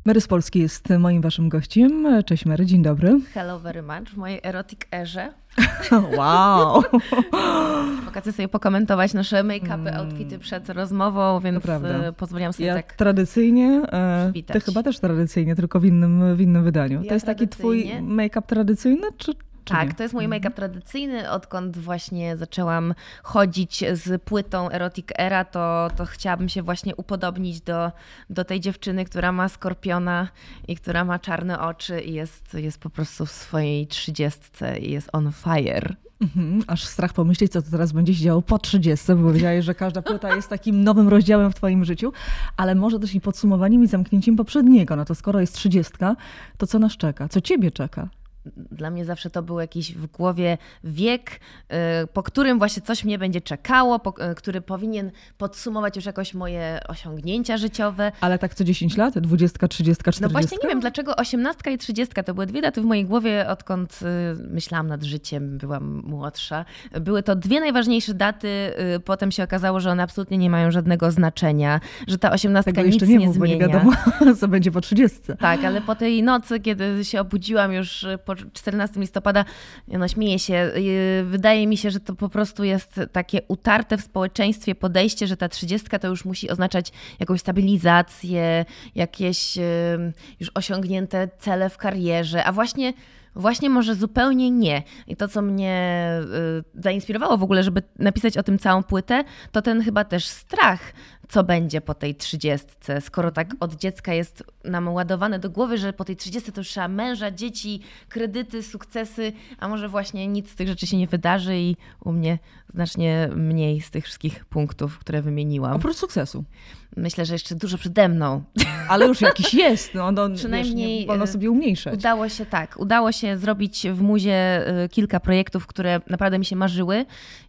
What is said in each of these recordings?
Mary z Polski jest moim waszym gościem. Cześć Mary, dzień dobry. Hello very much w mojej erotic erze. Wow! Mogę sobie pokomentować nasze make-upy, outfity przed rozmową, więc pozwoliłam sobie tak tradycyjnie, przywitać. Ty chyba też tradycyjnie, tylko w innym wydaniu. Ja to jest taki twój make-up tradycyjny, czy tak, nie? To jest mój make-up tradycyjny. Odkąd właśnie zaczęłam chodzić z płytą Erotic Era, to chciałabym się właśnie upodobnić do tej dziewczyny, która ma skorpiona i która ma czarne oczy i jest po prostu w swojej 30 i jest on fire. Aż strach pomyśleć, co to teraz będzie się działo po 30, bo powiedziałeś, że każda płyta jest takim nowym rozdziałem w twoim życiu, ale może też i podsumowaniem i zamknięciem poprzedniego. No to skoro jest 30, to co nas czeka? Co ciebie czeka? Dla mnie zawsze to był jakiś w głowie wiek, po którym właśnie coś mnie będzie czekało, który powinien podsumować już jakoś moje osiągnięcia życiowe. Ale tak co 10 lat? 20, 30, 40? No właśnie nie wiem, dlaczego 18 i 30 to były dwie daty w mojej głowie, odkąd myślałam nad życiem, byłam młodsza. Były to dwie najważniejsze daty, potem się okazało, że one absolutnie nie mają żadnego znaczenia, że ta 18 tego nic jeszcze nie mów, zmienia. Bo nie wiadomo, co będzie po 30. Tak, ale po tej nocy, kiedy się obudziłam już po 14 listopada, no śmieję się, wydaje mi się, że to po prostu jest takie utarte w społeczeństwie podejście, że ta 30 to już musi oznaczać jakąś stabilizację, jakieś już osiągnięte cele w karierze, a właśnie może zupełnie nie. I to, co mnie zainspirowało w ogóle, żeby napisać o tym całą płytę, to ten chyba też strach, co będzie po tej 30, skoro tak od dziecka jest nam ładowane do głowy, że po tej 30 to już trzeba męża, dzieci, kredyty, sukcesy, a może właśnie nic z tych rzeczy się nie wydarzy i u mnie znacznie mniej z tych wszystkich punktów, które wymieniłam. Oprócz sukcesu. Myślę, że jeszcze dużo przede mną. Ale już jakiś jest. Przynajmniej wiesz, nie wolno sobie umniejszać. Udało się zrobić w muzie kilka projektów, które naprawdę mi się marzyły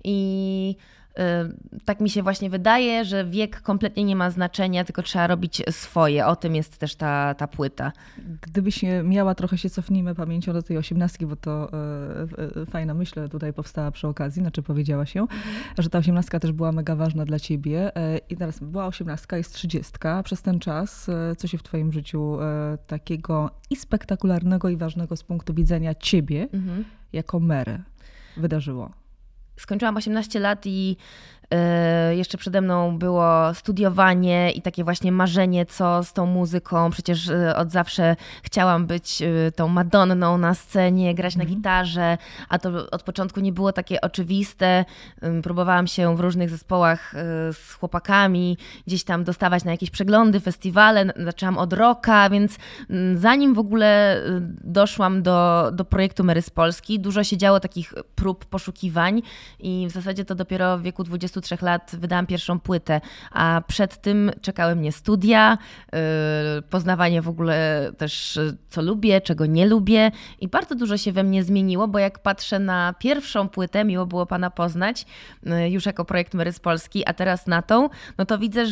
i tak mi się właśnie wydaje, że wiek kompletnie nie ma znaczenia, tylko trzeba robić swoje. O tym jest też ta płyta. Gdybyś miała, trochę się cofnijmy pamięcią do tej 18, bo to fajna myśl tutaj powstała przy okazji, powiedziałaś ją, że ta 18 też była mega ważna dla ciebie. I teraz była 18, jest 30. Przez ten czas, co się w twoim życiu takiego i spektakularnego, i ważnego z punktu widzenia ciebie, jako Mary, wydarzyło? Skończyłam 18 lat i jeszcze przede mną było studiowanie i takie właśnie marzenie, co z tą muzyką. Przecież od zawsze chciałam być tą Madonną na scenie, grać na gitarze, a to od początku nie było takie oczywiste. Próbowałam się w różnych zespołach z chłopakami gdzieś tam dostawać na jakieś przeglądy, festiwale. Zaczęłam od rocka, więc zanim w ogóle doszłam do projektu Mary z Polski, dużo się działo takich prób, poszukiwań i w zasadzie to dopiero w wieku 23 lat wydałam pierwszą płytę, a przed tym czekały mnie studia, poznawanie w ogóle też, co lubię, czego nie lubię i bardzo dużo się we mnie zmieniło, bo jak patrzę na pierwszą płytę, miło było Pana poznać, już jako projekt Mary z Polski, a teraz na tą, no to widzę,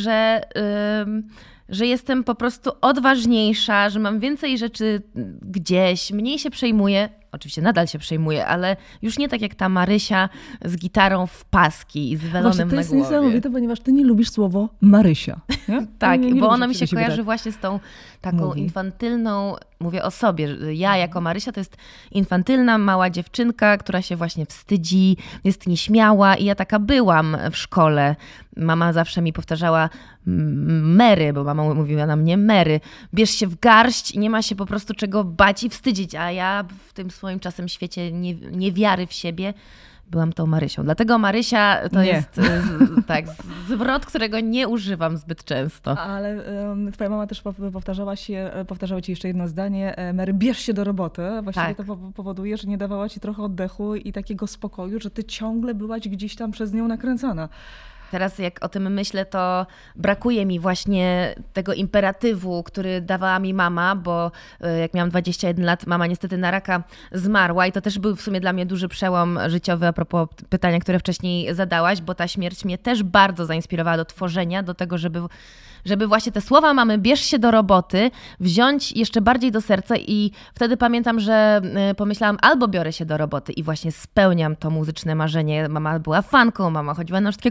że jestem po prostu odważniejsza, że mam więcej rzeczy gdzieś, mniej się przejmuję. Oczywiście nadal się przejmuję, ale już nie tak jak ta Marysia z gitarą w paski i z welonem na głowie. To jest niesamowite, ponieważ ty nie lubisz słowo Marysia. Nie? Tak, nie bo lubisz, ona mi się kojarzy tak właśnie z tą taką infantylną, mówię o sobie, ja jako Marysia to jest infantylna, mała dziewczynka, która się właśnie wstydzi, jest nieśmiała i ja taka byłam w szkole. Mama zawsze mi powtarzała Mary, bo mama mówiła na mnie Mary. Bierz się w garść i nie ma się po prostu czego bać i wstydzić, a ja w tym swoim czasem świecie niewiary w siebie byłam tą Marysią. Dlatego Marysia to jest zwrot, którego nie używam zbyt często. Ale twoja mama też powtarzała ci jeszcze jedno zdanie. Mary, bierz się do roboty. Właściwie to powoduje, że nie dawała ci trochę oddechu i takiego spokoju, że ty ciągle byłaś gdzieś tam przez nią nakręcana. Teraz jak o tym myślę, to brakuje mi właśnie tego imperatywu, który dawała mi mama, bo jak miałam 21 lat, mama niestety na raka zmarła i to też był w sumie dla mnie duży przełom życiowy a propos pytania, które wcześniej zadałaś, bo ta śmierć mnie też bardzo zainspirowała do tworzenia, do tego, żeby właśnie te słowa mamy, bierz się do roboty, wziąć jeszcze bardziej do serca i wtedy pamiętam, że pomyślałam, albo biorę się do roboty i właśnie spełniam to muzyczne marzenie. Mama była fanką, mama chodziła na wszystkie koncerty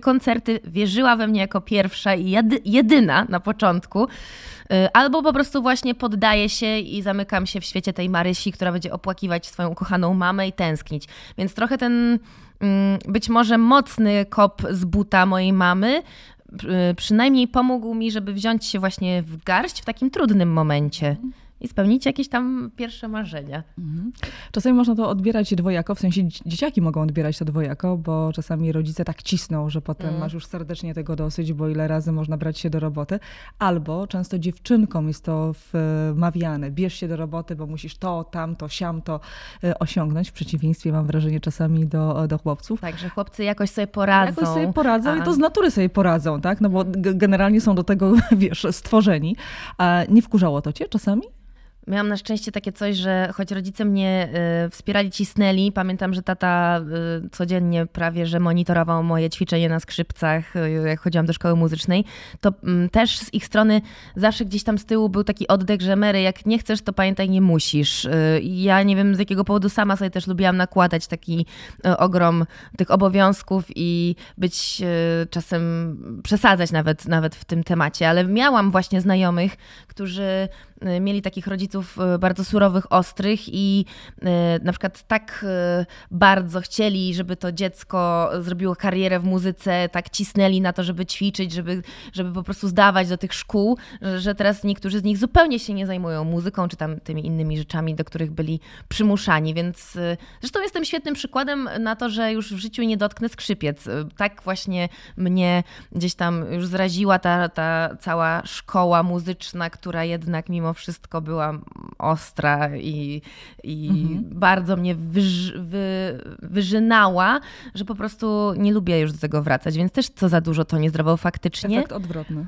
niestety wierzyła we mnie jako pierwsza i jedyna na początku. Albo po prostu właśnie poddaję się i zamykam się w świecie tej Marysi, która będzie opłakiwać swoją ukochaną mamę i tęsknić. Więc trochę ten być może mocny kop z buta mojej mamy przynajmniej pomógł mi, żeby wziąć się właśnie w garść w takim trudnym momencie i spełnić jakieś tam pierwsze marzenia. Czasami można to odbierać dwojako, w sensie dzieciaki mogą odbierać to dwojako, bo czasami rodzice tak cisną, że potem masz już serdecznie tego dosyć, bo ile razy można brać się do roboty. Albo często dziewczynkom jest to wmawiane, bierz się do roboty, bo musisz to, tamto, siamto osiągnąć. W przeciwieństwie mam wrażenie czasami do chłopców. Tak, że chłopcy jakoś sobie poradzą. Jakoś sobie poradzą i to z natury sobie poradzą, tak? No bo generalnie są do tego, wiesz, stworzeni. A nie wkurzało to cię czasami? Miałam na szczęście takie coś, że choć rodzice mnie wspierali, cisnęli, pamiętam, że tata codziennie prawie, że monitorował moje ćwiczenie na skrzypcach, jak chodziłam do szkoły muzycznej, to też z ich strony zawsze gdzieś tam z tyłu był taki oddech, że Mary, jak nie chcesz, to pamiętaj, nie musisz. Ja nie wiem z jakiego powodu sama sobie też lubiłam nakładać taki ogrom tych obowiązków i być czasem, przesadzać nawet w tym temacie, ale miałam właśnie znajomych, którzy mieli takich rodziców bardzo surowych, ostrych i na przykład tak bardzo chcieli, żeby to dziecko zrobiło karierę w muzyce, tak cisnęli na to, żeby ćwiczyć, żeby po prostu zdawać do tych szkół, że teraz niektórzy z nich zupełnie się nie zajmują muzyką, czy tam tymi innymi rzeczami, do których byli przymuszani, więc zresztą jestem świetnym przykładem na to, że już w życiu nie dotknę skrzypiec. Tak właśnie mnie gdzieś tam już zraziła ta cała szkoła muzyczna, która jednak mimo wszystko była ostra i bardzo mnie wyżynała, że po prostu nie lubię już do tego wracać, więc też co za dużo to nie zdrowo faktycznie. Efekt odwrotny.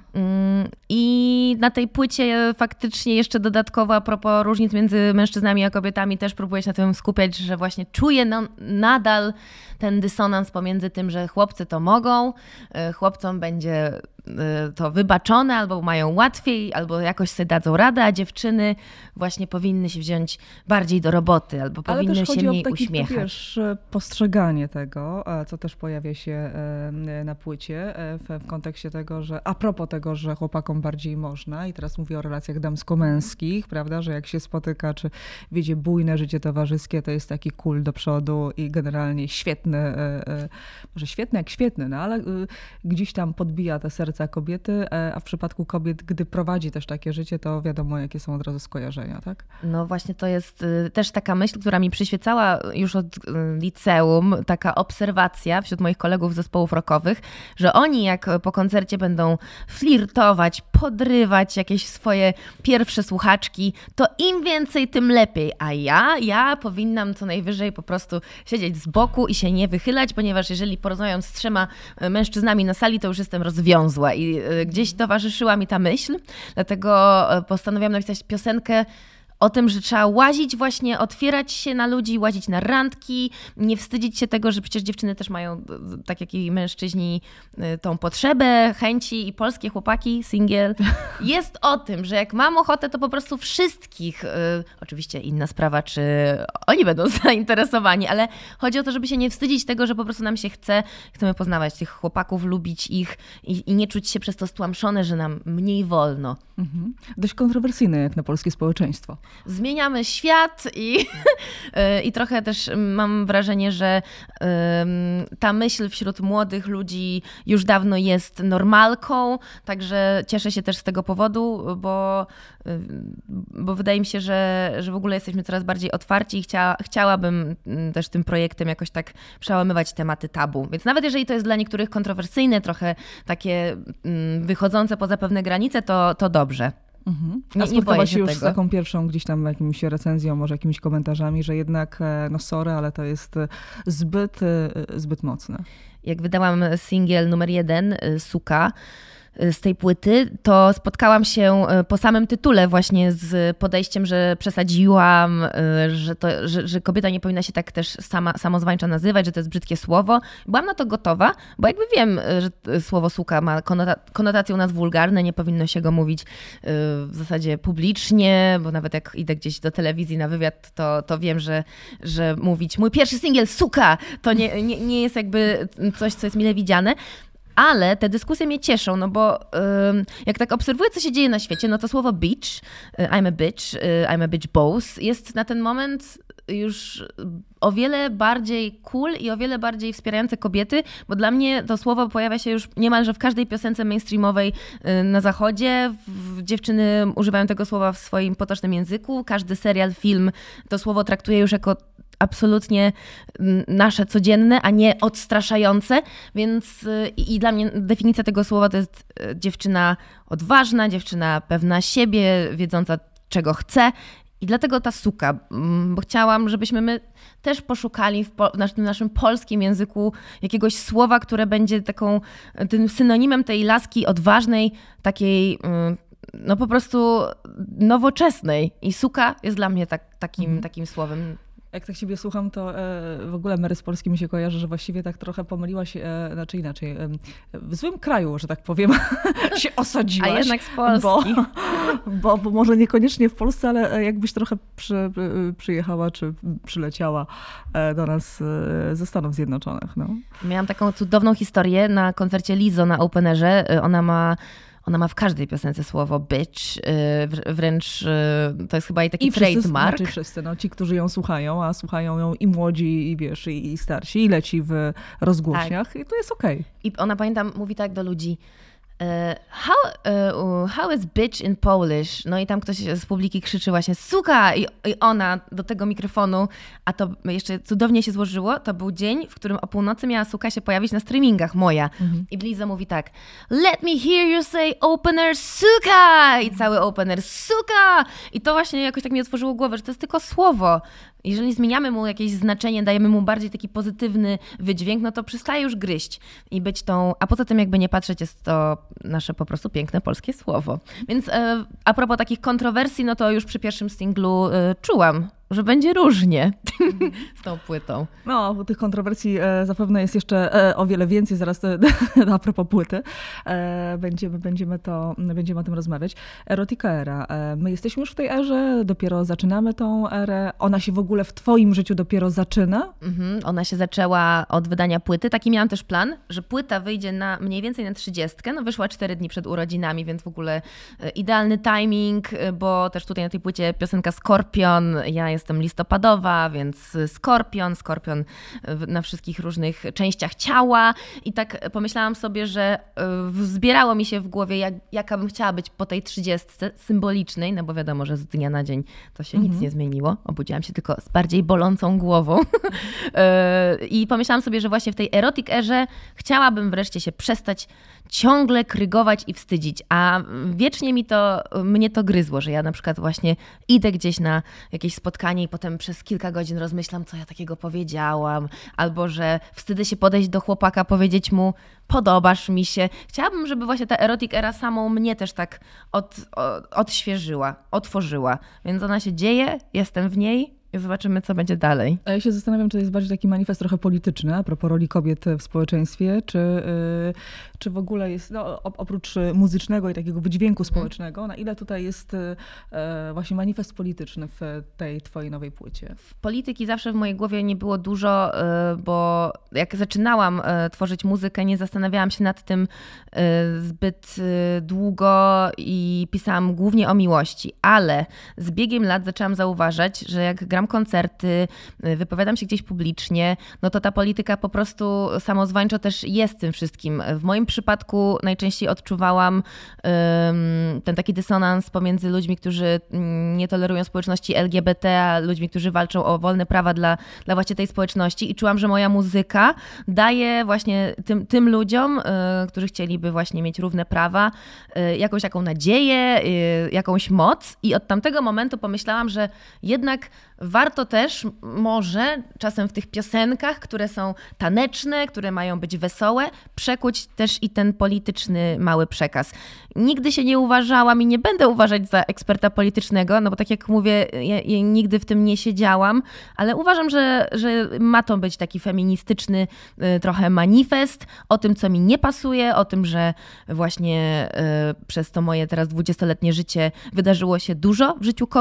I na tej płycie faktycznie jeszcze dodatkowo a propos różnic między mężczyznami a kobietami też próbuję się na tym skupiać, że właśnie czuję nadal ten dysonans pomiędzy tym, że chłopcy to mogą, chłopcom będzie to wybaczone, albo mają łatwiej, albo jakoś sobie dadzą radę, a dziewczyny właśnie powinny się wziąć bardziej do roboty, albo powinny się mniej uśmiechać. Ale też postrzeganie tego, co też pojawia się na płycie w kontekście tego, że a propos tego, że chłopakom bardziej można i teraz mówię o relacjach damsko-męskich, prawda, że jak się spotyka, czy wiecie, bujne życie towarzyskie, to jest taki kul do przodu i generalnie świetny, może świetny jak świetny, no ale gdzieś tam podbija te serca kobiety, a w przypadku kobiet, gdy prowadzi też takie życie, to wiadomo, jakie są od razu skojarzenia, tak? No właśnie to jest też taka myśl, która mi przyświecała już od liceum, taka obserwacja wśród moich kolegów z zespołów rockowych, że oni jak po koncercie będą flirtować, podrywać jakieś swoje pierwsze słuchaczki, to im więcej, tym lepiej, a ja powinnam co najwyżej po prostu siedzieć z boku i się nie wychylać, ponieważ jeżeli porozmawiam z 3 mężczyznami na sali, to już jestem rozwiązła i gdzieś towarzyszyła mi ta myśl, dlatego postanowiłam napisać piosenkę o tym, że trzeba łazić właśnie, otwierać się na ludzi, łazić na randki, nie wstydzić się tego, że przecież dziewczyny też mają, tak jak i mężczyźni, tą potrzebę, chęci i polskie chłopaki, singiel. Jest o tym, że jak mam ochotę, to po prostu wszystkich, oczywiście inna sprawa, czy oni będą zainteresowani, ale chodzi o to, żeby się nie wstydzić tego, że po prostu nam się chcemy poznawać tych chłopaków, lubić ich i nie czuć się przez to stłamszone, że nam mniej wolno. Mhm. Dość kontrowersyjne jak na polskie społeczeństwo. Zmieniamy świat i trochę też mam wrażenie, że ta myśl wśród młodych ludzi już dawno jest normalką, także cieszę się też z tego powodu, bo wydaje mi się, że w ogóle jesteśmy coraz bardziej otwarci i chciałabym też tym projektem jakoś tak przełamywać tematy tabu. Więc nawet jeżeli to jest dla niektórych kontrowersyjne, trochę takie wychodzące poza pewne granice, to dobrze. A spotkałaś się już z taką pierwszą gdzieś tam jakimś recenzją, może jakimiś komentarzami, że jednak, no sorry, ale to jest zbyt mocne. Jak wydałam singiel numer 1, Suka, z tej płyty, to spotkałam się po samym tytule właśnie z podejściem, że przesadziłam, że kobieta nie powinna się tak też samozwańczo nazywać, że to jest brzydkie słowo. Byłam na to gotowa, bo jakby wiem, że słowo suka ma konotację u nas wulgarne, nie powinno się go mówić w zasadzie publicznie, bo nawet jak idę gdzieś do telewizji na wywiad, to wiem, że mówić mój pierwszy singiel suka, to nie jest jakby coś, co jest mile widziane. ale te dyskusje mnie cieszą, no bo jak tak obserwuję, co się dzieje na świecie, no to słowo bitch, I'm a bitch boss, jest na ten moment już o wiele bardziej cool i o wiele bardziej wspierające kobiety, bo dla mnie to słowo pojawia się już niemalże w każdej piosence mainstreamowej na zachodzie. Dziewczyny używają tego słowa w swoim potocznym języku. Każdy serial, film to słowo traktuje już jako absolutnie nasze codzienne, a nie odstraszające, więc i dla mnie definicja tego słowa to jest dziewczyna odważna, dziewczyna pewna siebie, wiedząca czego chce. I dlatego ta suka, bo chciałam, żebyśmy my też poszukali w naszym polskim języku jakiegoś słowa, które będzie tym synonimem tej laski odważnej, takiej no po prostu nowoczesnej. I suka jest dla mnie takim słowem. Jak tak ciebie słucham, to w ogóle Mary z Polski mi się kojarzy, że właściwie tak trochę pomyliłaś, znaczy inaczej, w złym kraju, że tak powiem, się osadziłaś. A jednak z Polski. Bo może niekoniecznie w Polsce, ale jakbyś trochę przyjechała czy przyleciała do nas ze Stanów Zjednoczonych. No. Miałam taką cudowną historię na koncercie Lizzo na Openerze. Ona ma w każdej piosence słowo bitch, wręcz to jest chyba i taki trademark. Znaczy wszyscy, no, ci, którzy ją słuchają, a słuchają ją i młodzi, i wiesz, i starsi, i leci w rozgłośniach, tak. I to jest okej. I ona, pamiętam, mówi tak do ludzi, how is bitch in Polish? No i tam ktoś z publiki krzyczy właśnie suka i ona do tego mikrofonu, a to jeszcze cudownie się złożyło, to był dzień, w którym o północy miała suka się pojawić na streamingach moja. I Liza mówi tak, let me hear you say opener suka! I cały opener suka! I to właśnie jakoś tak mi otworzyło głowę, że to jest tylko słowo. Jeżeli zmieniamy mu jakieś znaczenie, dajemy mu bardziej taki pozytywny wydźwięk, no to przestaje już gryźć i być a poza tym jakby nie patrzeć, jest to nasze po prostu piękne polskie słowo. Więc a propos takich kontrowersji, no to już przy pierwszym singlu czułam, że będzie różnie z tą płytą. No, tych kontrowersji zapewne jest jeszcze o wiele więcej, zaraz a propos płyty. Będziemy o tym rozmawiać. Erotica Era. My jesteśmy już w tej erze, dopiero zaczynamy tą erę. Ona się w ogóle w twoim życiu dopiero zaczyna? Ona się zaczęła od wydania płyty. Taki miałam też plan, że płyta wyjdzie mniej więcej na 30. No wyszła 4 dni przed urodzinami, więc w ogóle idealny timing, bo też tutaj na tej płycie piosenka Skorpion, ja jestem listopadowa, więc Skorpion na wszystkich różnych częściach ciała i tak pomyślałam sobie, że zbierało mi się w głowie, jaka bym chciała być po tej 30 symbolicznej, no bo wiadomo, że z dnia na dzień to się nic nie zmieniło. Obudziłam się tylko z bardziej bolącą głową i pomyślałam sobie, że właśnie w tej erotic erze chciałabym wreszcie się przestać ciągle krygować i wstydzić, a wiecznie mnie to gryzło, że ja na przykład właśnie idę gdzieś na jakieś spotkanie i potem przez kilka godzin rozmyślam, co ja takiego powiedziałam, albo że wstydzę się podejść do chłopaka, powiedzieć mu, podobasz mi się. Chciałabym, żeby właśnie ta erotic era samą mnie też tak odświeżyła, otworzyła. Więc ona się dzieje, jestem w niej i zobaczymy, co będzie dalej. A ja się zastanawiam, czy to jest bardziej taki manifest trochę polityczny, a propos roli kobiet w społeczeństwie, czy w ogóle jest, no, oprócz muzycznego i takiego wydźwięku społecznego, na ile tutaj jest właśnie manifest polityczny w tej twojej nowej płycie? W polityki zawsze w mojej głowie nie było dużo, bo jak zaczynałam tworzyć muzykę, nie zastanawiałam się nad tym zbyt długo i pisałam głównie o miłości, ale z biegiem lat zaczęłam zauważać, że jak gram koncerty, wypowiadam się gdzieś publicznie, no to ta polityka po prostu samozwańczo też jest tym wszystkim. W moim przypadku najczęściej odczuwałam ten taki dysonans pomiędzy ludźmi, którzy nie tolerują społeczności LGBT, a ludźmi, którzy walczą o wolne prawa dla właśnie tej społeczności i czułam, że moja muzyka daje właśnie tym ludziom, którzy chcieliby właśnie mieć równe prawa, jakąś taką nadzieję, jakąś moc i od tamtego momentu pomyślałam, że jednak warto też może czasem w tych piosenkach, które są taneczne, które mają być wesołe, przekuć też i ten polityczny mały przekaz. Nigdy się nie uważałam i nie będę uważać za eksperta politycznego, no bo tak jak mówię, ja nigdy w tym nie siedziałam, ale uważam, że ma to być taki feministyczny trochę manifest o tym, co mi nie pasuje, o tym, że właśnie przez to moje teraz 20-letnie życie wydarzyło się dużo w życiu kobiet,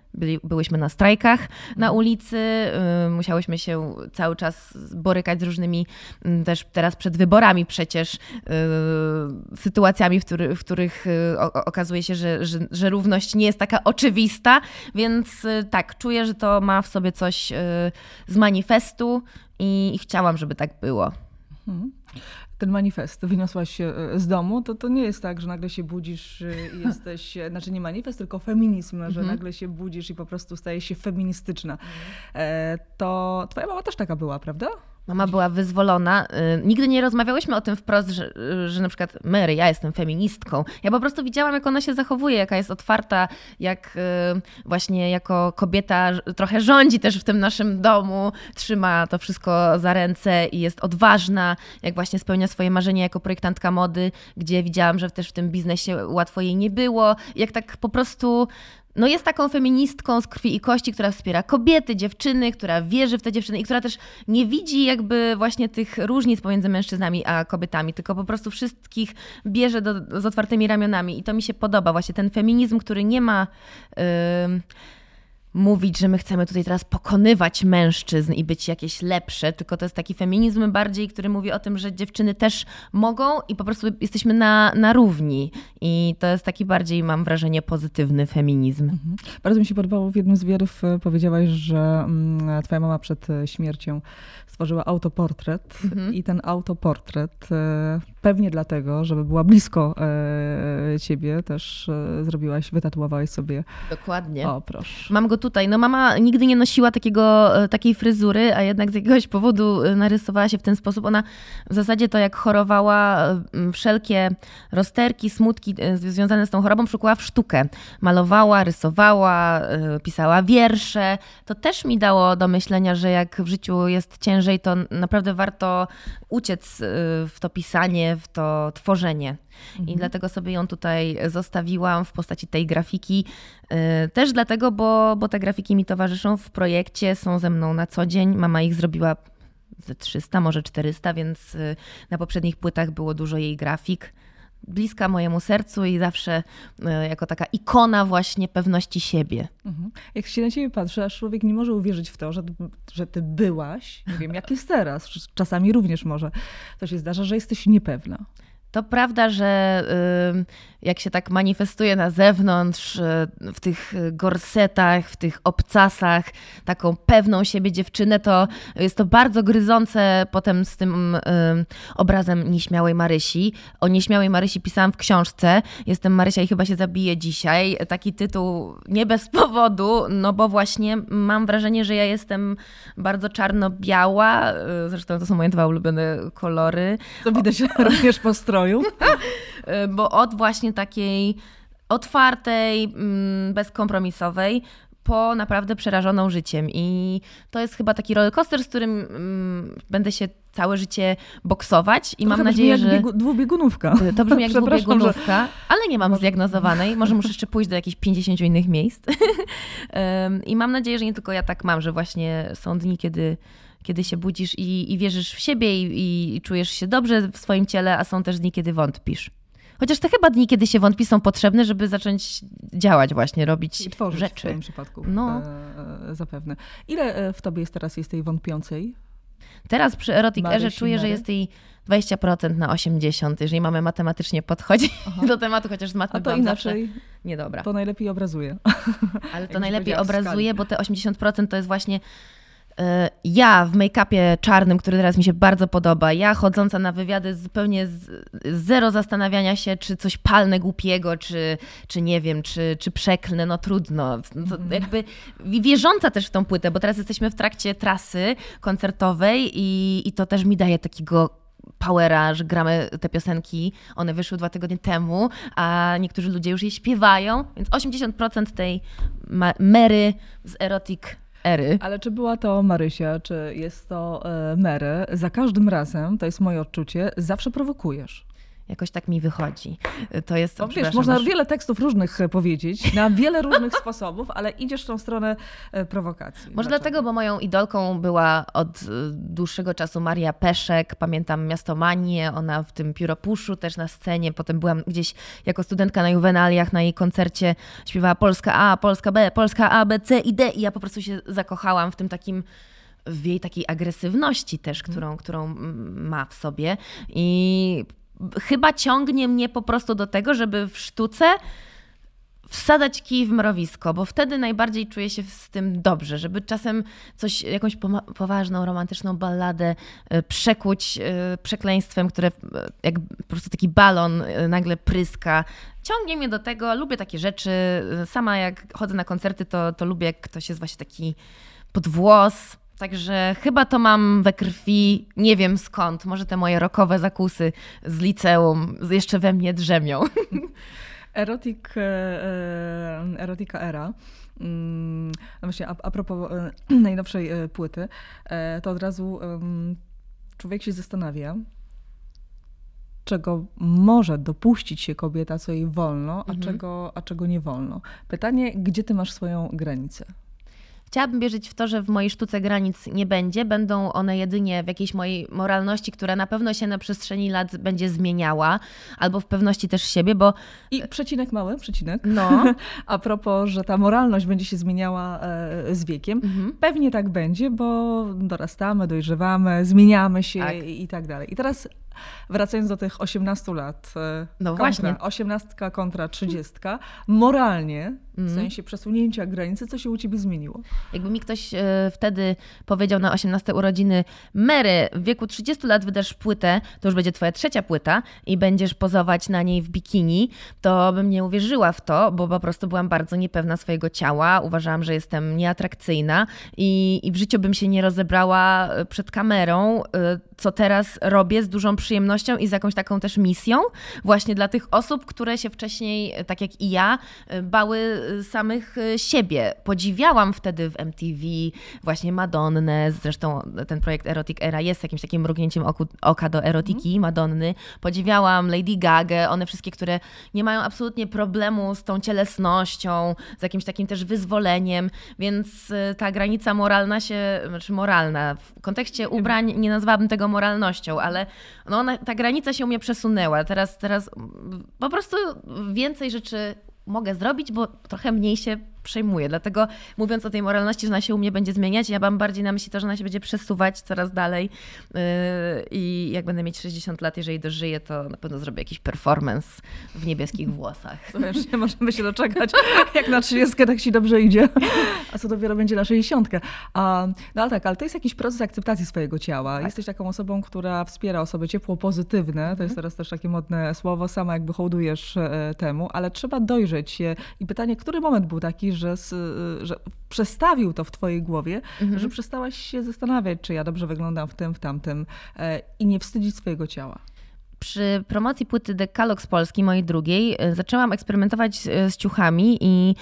byłyśmy na strajkach na ulicy, musiałyśmy się cały czas borykać z różnymi, też teraz przed wyborami przecież, sytuacjami, w których okazuje się, że równość nie jest taka oczywista, więc tak, czuję, że to ma w sobie coś z manifestu i chciałam, żeby tak było. Ten manifest wyniosłaś z domu, to nie jest tak, że nagle się budzisz i jesteś, znaczy nie manifest, tylko feminizm, że nagle się budzisz i po prostu stajesz się feministyczna. To twoja mama też taka była, prawda? Mama była wyzwolona. Nigdy nie rozmawiałyśmy o tym wprost, że na przykład Mary, ja jestem feministką. Ja po prostu widziałam, jak ona się zachowuje, jaka jest otwarta, jak właśnie jako kobieta trochę rządzi też w tym naszym domu, trzyma to wszystko za ręce i jest odważna, jak właśnie spełnia swoje marzenia jako projektantka mody, gdzie widziałam, że też w tym biznesie łatwo jej nie było. Jak tak po prostu... No jest taką feministką z krwi i kości, która wspiera kobiety, dziewczyny, która wierzy w te dziewczyny i która też nie widzi jakby właśnie tych różnic pomiędzy mężczyznami a kobietami, tylko po prostu wszystkich bierze z otwartymi ramionami i to mi się podoba. Właśnie ten feminizm, który nie ma mówić, że my chcemy tutaj teraz pokonywać mężczyzn i być jakieś lepsze, tylko to jest taki feminizm bardziej, który mówi o tym, że dziewczyny też mogą i po prostu jesteśmy na równi. I to jest taki bardziej, mam wrażenie, pozytywny feminizm. Bardzo mi się podobało, w jednym z wierów powiedziałaś, że twoja mama przed śmiercią stworzyła autoportret i ten autoportret pewnie dlatego, żeby była blisko ciebie, też wytatuowałaś sobie. Dokładnie. O, proszę. Mam go tutaj. No mama nigdy nie nosiła takiej fryzury, a jednak z jakiegoś powodu narysowała się w ten sposób. Ona w zasadzie to jak chorowała, wszelkie rozterki, smutki związane z tą chorobą przekuła w sztukę. Malowała, rysowała, pisała wiersze. To też mi dało do myślenia, że jak w życiu jest ciężej, to naprawdę warto uciec w to pisanie, w to tworzenie. I dlatego sobie ją tutaj zostawiłam w postaci tej grafiki. Też dlatego, bo te grafiki mi towarzyszą w projekcie, są ze mną na co dzień. Mama ich zrobiła ze 300, może 400, więc na poprzednich płytach było dużo jej grafik. Bliska mojemu sercu i zawsze jako taka ikona właśnie pewności siebie. Jak się na ciebie patrzy, aż człowiek nie może uwierzyć w to, że ty byłaś, nie wiem jak jest teraz, czasami również może to się zdarza, że jesteś niepewna. To prawda, że jak się tak manifestuje na zewnątrz, w tych gorsetach, w tych obcasach, taką pewną siebie dziewczynę, to jest to bardzo gryzące potem z tym obrazem Nieśmiałej Marysi. O Nieśmiałej Marysi pisałam w książce. Jestem Marysia i chyba się zabiję dzisiaj. Taki tytuł nie bez powodu, no bo właśnie mam wrażenie, że ja jestem bardzo czarno-biała. Zresztą to są moje dwa ulubione kolory. To widać również po stroju. Bo od właśnie takiej otwartej, bezkompromisowej po naprawdę przerażoną życiem. I to jest chyba taki rollercoaster, z którym będę się całe życie boksować i mam nadzieję, że... dwubiegunówka. To brzmi jak dwubiegunówka, ale nie mam zdiagnozowanej. Może muszę jeszcze pójść do jakichś 50 innych miejsc. I mam nadzieję, że nie tylko ja tak mam, że właśnie są dni, kiedy się budzisz i wierzysz w siebie i czujesz się dobrze w swoim ciele, a są też dni, kiedy wątpisz. Chociaż te chyba dni, kiedy się wątpi, są potrzebne, żeby zacząć działać właśnie, robić i tworzyć rzeczy. W twoim przypadku, no. Zapewne. Ile w tobie jest tej wątpiącej? Teraz przy Erotic Airze czuję, że jest jej 20% na 80%, jeżeli mamy matematycznie podchodzić do tematu, chociaż z matmy byłam inaczej zawsze niedobra. To najlepiej obrazuje. Ale to najlepiej obrazuje, bo te 80% to jest właśnie ja w make-upie czarnym, który teraz mi się bardzo podoba, ja chodząca na wywiady zupełnie zero zastanawiania się, czy coś palnę głupiego, czy nie wiem, czy przeklnę, no trudno. To jakby wierząca też w tą płytę, bo teraz jesteśmy w trakcie trasy koncertowej i to też mi daje takiego powera, że gramy te piosenki, one wyszły 2 tygodnie temu, a niektórzy ludzie już je śpiewają, więc 80% tej Mary z Erotic Ery. Ale czy była to Marysia, czy jest to Mary? Za każdym razem, to jest moje odczucie, zawsze prowokujesz. Jakoś tak mi wychodzi. To jest, wiesz, można wiele tekstów różnych powiedzieć, na wiele różnych sposobów, ale idziesz w tą stronę prowokacji. Może dlatego, bo moją idolką była od dłuższego czasu Maria Peszek. Pamiętam Miastomanię, ona w tym Pióropuszu też na scenie. Potem byłam gdzieś jako studentka na Juwenaliach, na jej koncercie śpiewała Polska A, Polska B, Polska A, B, C i D. I ja po prostu się zakochałam w jej takiej agresywności też, którą ma w sobie. I chyba ciągnie mnie po prostu do tego, żeby w sztuce wsadzać kij w mrowisko, bo wtedy najbardziej czuję się z tym dobrze, żeby czasem jakąś poważną, romantyczną balladę przekuć przekleństwem, które jak po prostu taki balon nagle pryska. Ciągnie mnie do tego, lubię takie rzeczy. Sama jak chodzę na koncerty, to lubię, jak ktoś jest właśnie taki pod włos. Także chyba to mam we krwi, nie wiem skąd, może te moje rockowe zakusy z liceum jeszcze we mnie drzemią. Erotika Era. No właśnie, a propos najnowszej płyty, to od razu człowiek się zastanawia, czego może dopuścić się kobieta, co jej wolno, a czego nie wolno. Pytanie, gdzie ty masz swoją granicę? Chciałabym wierzyć w to, że w mojej sztuce granic nie będzie. Będą one jedynie w jakiejś mojej moralności, która na pewno się na przestrzeni lat będzie zmieniała, albo w pewności też siebie, bo... I mały przecinek. No. A propos, że ta moralność będzie się zmieniała z wiekiem. Pewnie tak będzie, bo dorastamy, dojrzewamy, zmieniamy się i tak dalej. I teraz wracając do tych 18 lat, no właśnie. 18 kontra 30, moralnie, w sensie przesunięcia granicy, co się u ciebie zmieniło? Jakby mi ktoś wtedy powiedział na 18 urodziny: Mary, w wieku 30 lat wydasz płytę, to już będzie twoja 3. płyta i będziesz pozować na niej w bikini, to bym nie uwierzyła w to, bo po prostu byłam bardzo niepewna swojego ciała, uważałam, że jestem nieatrakcyjna i w życiu bym się nie rozebrała przed kamerą, co teraz robię z dużą przyjemnością i z jakąś taką też misją właśnie dla tych osób, które się wcześniej, tak jak i ja, bały samych siebie. Podziwiałam wtedy w MTV właśnie Madonnę, zresztą ten projekt Erotic Era jest jakimś takim mrugnięciem oka do erotiki Madonny. Podziwiałam Lady Gagę, one wszystkie, które nie mają absolutnie problemu z tą cielesnością, z jakimś takim też wyzwoleniem, więc ta granica moralna moralna, w kontekście ubrań nie nazwałabym tego moralnością, ale ta granica się u mnie przesunęła. Teraz po prostu więcej rzeczy mogę zrobić, bo trochę mniej się przejmuję. Dlatego mówiąc o tej moralności, że ona się u mnie będzie zmieniać, ja mam bardziej na myśli to, że ona się będzie przesuwać coraz dalej i jak będę mieć 60 lat, jeżeli dożyję, to na pewno zrobię jakiś performance w niebieskich włosach. Nie możemy się doczekać, jak na 30 tak ci dobrze idzie, a co dopiero będzie na 60. No ale to jest jakiś proces akceptacji swojego ciała. Tak. Jesteś taką osobą, która wspiera osoby ciepło-pozytywne, to jest teraz też takie modne słowo, sama jakby hołdujesz temu, ale trzeba dojrzeć się i pytanie, który moment był taki, że przestawił to w twojej głowie, że przestałaś się zastanawiać, czy ja dobrze wyglądam w tym, w tamtym i nie wstydzić swojego ciała. Przy promocji płyty Dekalog z Polski, mojej drugiej, zaczęłam eksperymentować z ciuchami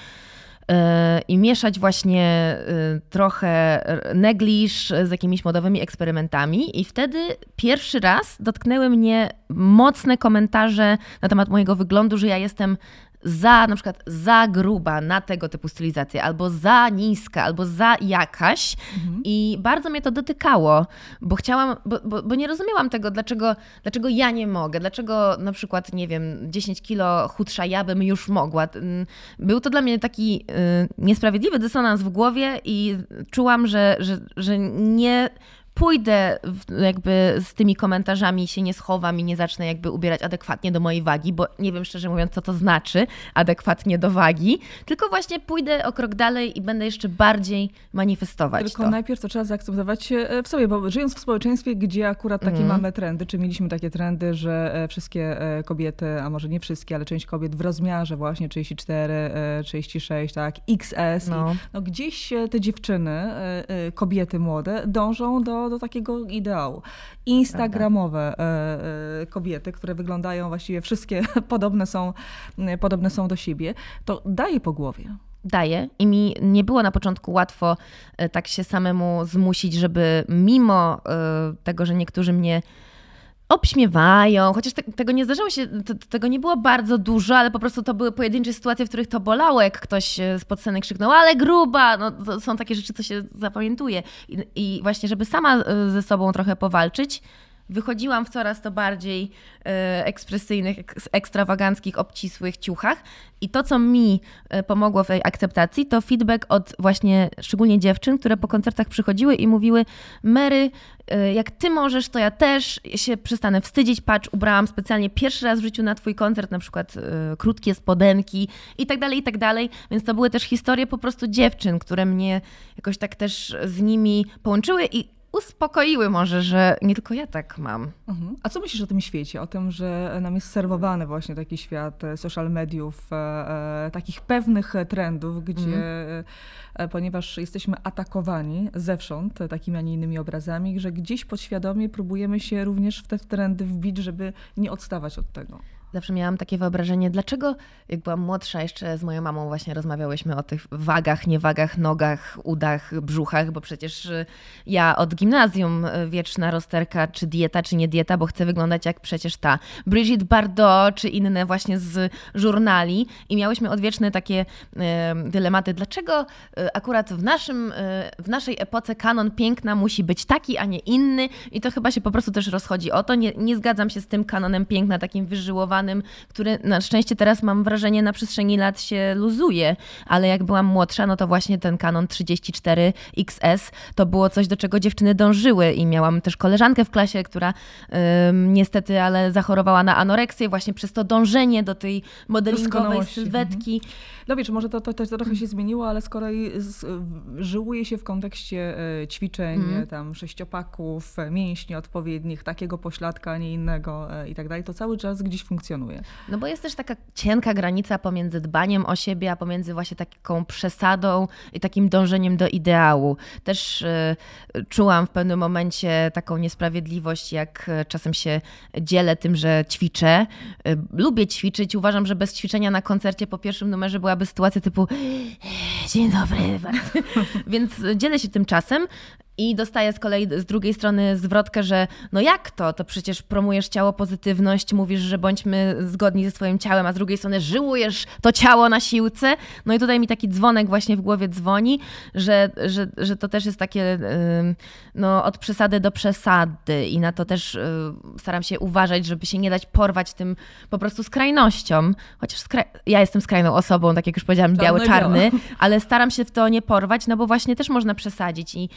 i mieszać właśnie trochę negliż z jakimiś modowymi eksperymentami i wtedy pierwszy raz dotknęły mnie mocne komentarze na temat mojego wyglądu, że ja jestem na przykład za gruba na tego typu stylizację, albo za niska, albo za jakaś. I bardzo mnie to dotykało, bo chciałam, bo nie rozumiałam tego, dlaczego ja nie mogę, dlaczego na przykład, nie wiem, 10 kilo chudsza ja bym już mogła. Był to dla mnie taki niesprawiedliwy dysonans w głowie i czułam, że nie pójdę jakby z tymi komentarzami, się nie schowam i nie zacznę jakby ubierać adekwatnie do mojej wagi, bo nie wiem szczerze mówiąc, co to znaczy adekwatnie do wagi, tylko właśnie pójdę o krok dalej i będę jeszcze bardziej manifestować Tylko najpierw to trzeba zaakceptować w sobie, bo żyjąc w społeczeństwie, gdzie akurat takie mamy trendy, czy mieliśmy takie trendy, że wszystkie kobiety, a może nie wszystkie, ale część kobiet w rozmiarze właśnie 34, 36, tak, XS. No gdzieś te dziewczyny, kobiety młode dążą do takiego ideału. Instagramowe kobiety, które wyglądają właściwie wszystkie podobne są do siebie, to daje po głowie. Daje i mi nie było na początku łatwo tak się samemu zmusić, żeby mimo tego, że niektórzy mnie obśmiewają, chociaż tego nie zdarzało się, tego nie było bardzo dużo, ale po prostu to były pojedyncze sytuacje, w których to bolało, jak ktoś spod sceny krzyknął, ale gruba, no to są takie rzeczy, co się zapamiętuje. I właśnie, żeby sama ze sobą trochę powalczyć, wychodziłam w coraz to bardziej ekspresyjnych, ekstrawaganckich, obcisłych ciuchach i to, co mi pomogło w tej akceptacji, to feedback od właśnie szczególnie dziewczyn, które po koncertach przychodziły i mówiły: Mary, jak ty możesz, to ja też się przestanę wstydzić, patrz, ubrałam specjalnie pierwszy raz w życiu na twój koncert, na przykład krótkie spodenki i tak dalej, więc to były też historie po prostu dziewczyn, które mnie jakoś tak też z nimi połączyły i uspokoiły może, że nie tylko ja tak mam. A co myślisz o tym świecie? O tym, że nam jest serwowany właśnie taki świat social mediów, takich pewnych trendów, gdzie ponieważ jesteśmy atakowani zewsząd takimi, a nie innymi obrazami, że gdzieś podświadomie próbujemy się również w te trendy wbić, żeby nie odstawać od tego. Zawsze miałam takie wyobrażenie, dlaczego jak byłam młodsza, jeszcze z moją mamą właśnie rozmawiałyśmy o tych wagach, niewagach, nogach, udach, brzuchach, bo przecież ja od gimnazjum wieczna rozterka, czy dieta, czy nie dieta, bo chcę wyglądać jak przecież ta Brigitte Bardot, czy inne właśnie z żurnali i miałyśmy odwieczne takie dylematy, dlaczego akurat w naszej epoce kanon piękna musi być taki, a nie inny i to chyba się po prostu też rozchodzi o to. Nie zgadzam się z tym kanonem piękna, takim wyżyłowanym, który na szczęście teraz mam wrażenie na przestrzeni lat się luzuje, ale jak byłam młodsza, no to właśnie ten kanon 34 XS to było coś, do czego dziewczyny dążyły i miałam też koleżankę w klasie, która niestety, ale zachorowała na anoreksję właśnie przez to dążenie do tej modelingowej sylwetki. No wiesz, może to trochę się zmieniło, ale z kolei żyłuje się w kontekście ćwiczeń, tam sześciopaków, mięśni odpowiednich, takiego pośladka, a nie innego i tak dalej, to cały czas gdzieś funkcjonuje. No bo jest też taka cienka granica pomiędzy dbaniem o siebie, a pomiędzy właśnie taką przesadą i takim dążeniem do ideału. Też czułam w pewnym momencie taką niesprawiedliwość, jak czasem się dzielę tym, że ćwiczę. Lubię ćwiczyć. Uważam, że bez ćwiczenia na koncercie po pierwszym numerze byłaby sytuacja typu dzień dobry. Więc dzielę się tym czasem. I dostaję z kolei z drugiej strony zwrotkę, że no jak to? To przecież promujesz ciało pozytywność, mówisz, że bądźmy zgodni ze swoim ciałem, a z drugiej strony żyłujesz to ciało na siłce. No i tutaj mi taki dzwonek właśnie w głowie dzwoni, że to też jest takie no, od przesady do przesady i na to też staram się uważać, żeby się nie dać porwać tym po prostu skrajnościom. Chociaż ja jestem skrajną osobą, tak jak już powiedziałam, biały-czarny, ale staram się w to nie porwać, no bo właśnie też można przesadzić i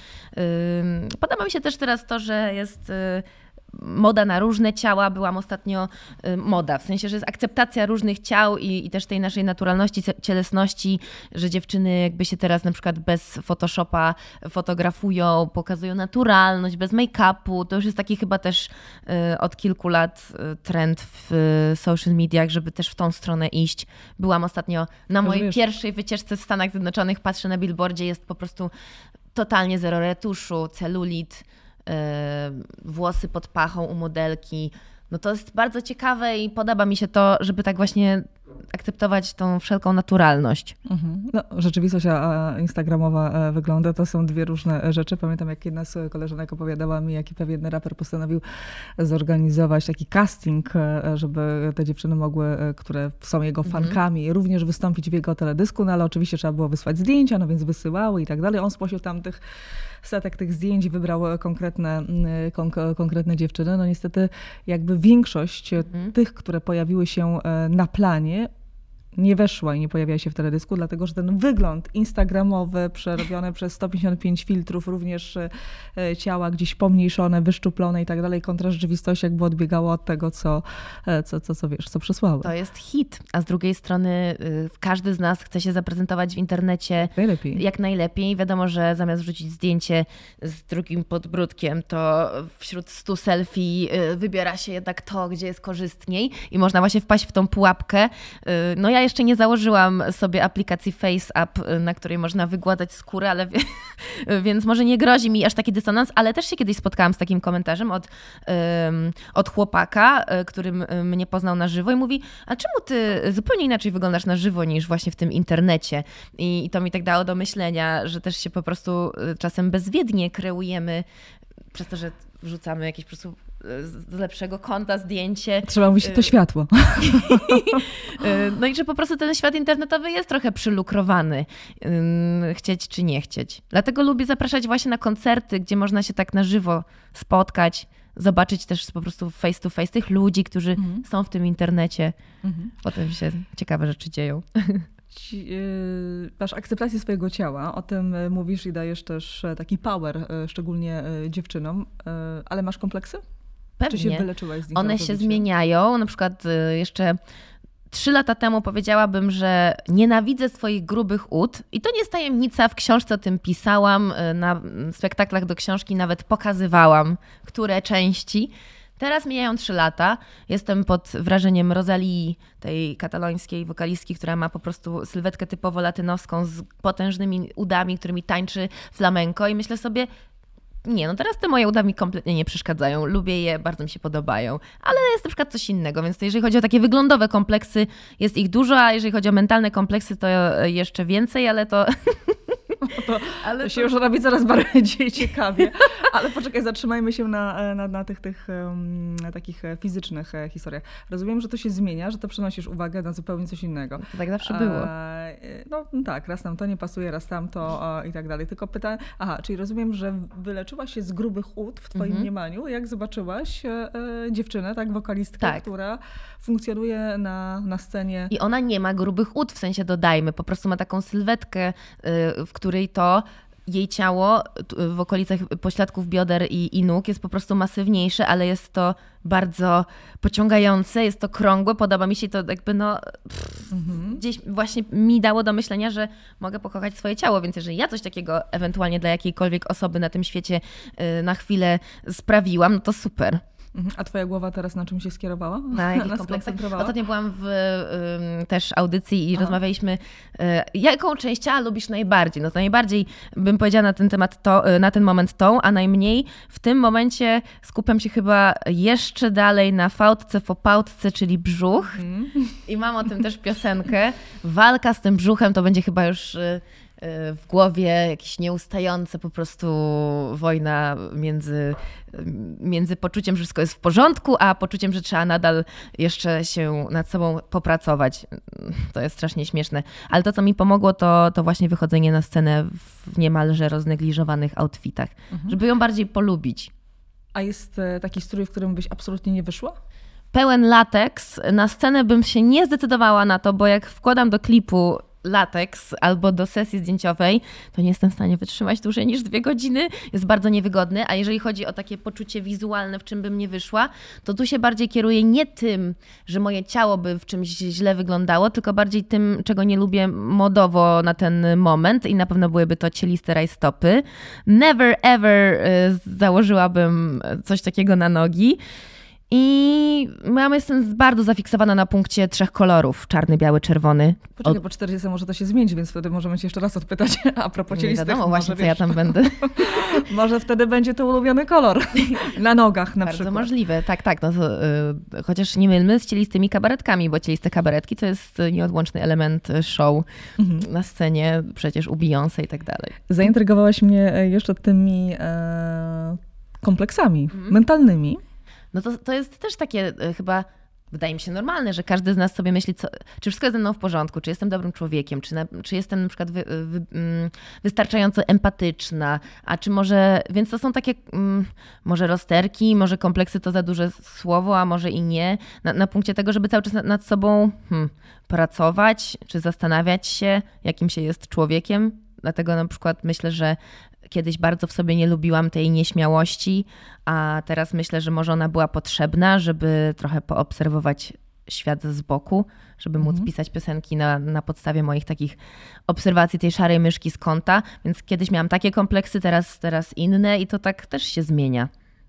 podoba mi się też teraz to, że jest moda na różne ciała. Byłam ostatnio moda, w sensie, że jest akceptacja różnych ciał i też tej naszej naturalności, cielesności, że dziewczyny jakby się teraz na przykład bez Photoshopa fotografują, pokazują naturalność, bez make-upu. To już jest taki chyba też od kilku lat trend w social mediach, żeby też w tą stronę iść. Byłam ostatnio na mojej pierwszej wycieczce w Stanach Zjednoczonych, patrzę na billboardzie, jest po prostu totalnie zero retuszu, celulit, włosy pod pachą u modelki. No to jest bardzo ciekawe i podoba mi się to, żeby tak właśnie akceptować tą wszelką naturalność. No, rzeczywistość instagramowa wygląda, to są dwie różne rzeczy. Pamiętam, jak jedna z koleżanek opowiadała mi, jaki pewien raper postanowił zorganizować taki casting, żeby te dziewczyny mogły, które są jego fankami, również wystąpić w jego teledysku, no ale oczywiście trzeba było wysłać zdjęcia, no więc wysyłały i tak dalej. On spośród tam tych setek tych zdjęć wybrał konkretne dziewczyny. No niestety jakby większość tych, które pojawiły się na planie, nie weszła i nie pojawiała się w teledysku, dlatego że ten wygląd instagramowy, przerobiony przez 155 filtrów, również ciała gdzieś pomniejszone, wyszczuplone i tak dalej, kontra rzeczywistość jakby odbiegało od tego, co wiesz, co przesłały. To jest hit, a z drugiej strony każdy z nas chce się zaprezentować w internecie jak najlepiej. Wiadomo, że zamiast wrzucić zdjęcie z drugim podbródkiem, to wśród 100 selfie wybiera się jednak to, gdzie jest korzystniej i można właśnie wpaść w tą pułapkę. No ja jeszcze nie założyłam sobie aplikacji FaceApp, na której można wygładać skórę, ale więc może nie grozi mi aż taki dysonans, ale też się kiedyś spotkałam z takim komentarzem od chłopaka, który mnie poznał na żywo i mówi: a czemu ty zupełnie inaczej wyglądasz na żywo niż właśnie w tym internecie? I to mi tak dało do myślenia, że też się po prostu czasem bezwiednie kreujemy przez to, że wrzucamy jakieś po prostu z lepszego kąta zdjęcie. Trzeba mówić to światło. No i że po prostu ten świat internetowy jest trochę przylukrowany, chcieć czy nie chcieć. Dlatego lubię zapraszać właśnie na koncerty, gdzie można się tak na żywo spotkać, zobaczyć też po prostu face to face tych ludzi, którzy są w tym internecie. Potem się ciekawe rzeczy dzieją. Masz akceptację swojego ciała, o tym mówisz i dajesz też taki power, szczególnie dziewczynom, ale masz kompleksy? Pewnie. Czy się wyleczyłaś z nich? One się zmieniają. Na przykład jeszcze 3 lata temu powiedziałabym, że nienawidzę swoich grubych ud i to nie jest tajemnica, w książce o tym pisałam, na spektaklach do książki nawet pokazywałam, które części. Teraz mijają 3 lata, jestem pod wrażeniem Rosalii, tej katalońskiej wokalistki, która ma po prostu sylwetkę typowo latynowską z potężnymi udami, którymi tańczy flamenco i myślę sobie, nie, no teraz te moje uda mi kompletnie nie przeszkadzają, lubię je, bardzo mi się podobają, ale jest na przykład coś innego, więc to jeżeli chodzi o takie wyglądowe kompleksy, jest ich dużo, a jeżeli chodzi o mentalne kompleksy, to jeszcze więcej, ale to... To się już robi coraz bardziej ciekawie. Ale poczekaj, zatrzymajmy się na tych takich fizycznych historiach. Rozumiem, że to się zmienia, że to przenosisz uwagę na zupełnie coś innego. To tak zawsze było. No tak, raz nam to nie pasuje, raz tamto i tak dalej. Tylko pytanie, czyli rozumiem, że wyleczyłaś się z grubych ud w twoim mniemaniu, jak zobaczyłaś dziewczynę, tak, wokalistkę, która funkcjonuje na scenie. I ona nie ma grubych ud, w sensie dodajmy, po prostu ma taką sylwetkę, w której to jej ciało w okolicach pośladków bioder i nóg jest po prostu masywniejsze, ale jest to bardzo pociągające, jest to krągłe, podoba mi się to jakby gdzieś właśnie mi dało do myślenia, że mogę pokochać swoje ciało, więc jeżeli ja coś takiego ewentualnie dla jakiejkolwiek osoby na tym świecie na chwilę sprawiłam, no to super. A twoja głowa teraz na czym się skierowała? Na jakich kompleksach? Ostatnio byłam w też audycji i rozmawialiśmy, jaką część ciała lubisz najbardziej? No to najbardziej bym powiedziała na ten temat na ten moment tą, a najmniej w tym momencie skupiam się chyba jeszcze dalej na fałdce, fopałdce, czyli brzuch. I mam o tym też piosenkę. Walka z tym brzuchem to będzie chyba już w głowie jakieś nieustające po prostu wojna między poczuciem, że wszystko jest w porządku, a poczuciem, że trzeba nadal jeszcze się nad sobą popracować. To jest strasznie śmieszne. Ale to, co mi pomogło, to właśnie wychodzenie na scenę w niemalże roznegliżowanych outfitach, żeby ją bardziej polubić. A jest taki strój, w którym byś absolutnie nie wyszła? Pełen lateks. Na scenę bym się nie zdecydowała na to, bo jak wkładam do klipu lateks albo do sesji zdjęciowej, to nie jestem w stanie wytrzymać dłużej niż 2 godziny. Jest bardzo niewygodny, a jeżeli chodzi o takie poczucie wizualne, w czym bym nie wyszła, to tu się bardziej kieruję nie tym, że moje ciało by w czymś źle wyglądało, tylko bardziej tym, czego nie lubię modowo na ten moment i na pewno byłyby to cieliste rajstopy. Never ever założyłabym coś takiego na nogi. I jestem bardzo zafiksowana na punkcie 3 kolorów. Czarny, biały, czerwony. Poczekaj, po 40 może to się zmienić, więc wtedy możemy cię jeszcze raz odpytać a propos cielistych. Nie wiadomo właśnie, co ja tam będę. Może wtedy będzie to ulubiony kolor. Na nogach na przykład. Bardzo możliwe, tak. No to, chociaż nie mylmy z cielistymi kabaretkami, bo cieliste kabaretki to jest nieodłączny element show na scenie, przecież u Beyoncé i tak dalej. Zaintrygowałaś mnie jeszcze tymi kompleksami mentalnymi. No to jest też takie chyba, wydaje mi się normalne, że każdy z nas sobie myśli, czy wszystko jest ze mną w porządku, czy jestem dobrym człowiekiem, czy jestem na przykład wystarczająco empatyczna, a czy może, więc to są takie może rozterki, może kompleksy to za duże słowo, a może i nie, na punkcie tego, żeby cały czas nad sobą pracować, czy zastanawiać się, jakim się jest człowiekiem. Dlatego na przykład myślę, że kiedyś bardzo w sobie nie lubiłam tej nieśmiałości, a teraz myślę, że może ona była potrzebna, żeby trochę poobserwować świat z boku, żeby móc pisać piosenki na podstawie moich takich obserwacji tej szarej myszki z kąta. Więc kiedyś miałam takie kompleksy, teraz inne i to tak też się zmienia.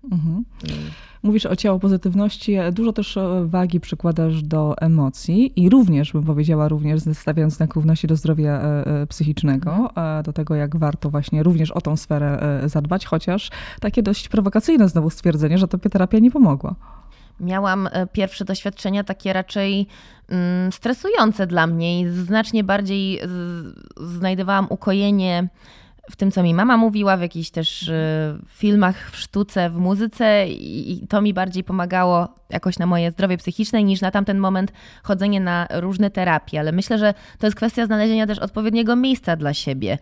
Mówisz o ciało pozytywności, dużo też wagi przykładasz do emocji i również, bym powiedziała, stawiając znak równości do zdrowia psychicznego, do tego, jak warto właśnie również o tą sferę zadbać, chociaż takie dość prowokacyjne znowu stwierdzenie, że tobie terapia nie pomogła. Miałam pierwsze doświadczenia takie raczej stresujące dla mnie i znacznie bardziej znajdowałam ukojenie w tym, co mi mama mówiła, w jakichś też filmach, w sztuce, w muzyce i to mi bardziej pomagało jakoś na moje zdrowie psychiczne niż na tamten moment chodzenie na różne terapie. Ale myślę, że to jest kwestia znalezienia też odpowiedniego miejsca dla siebie.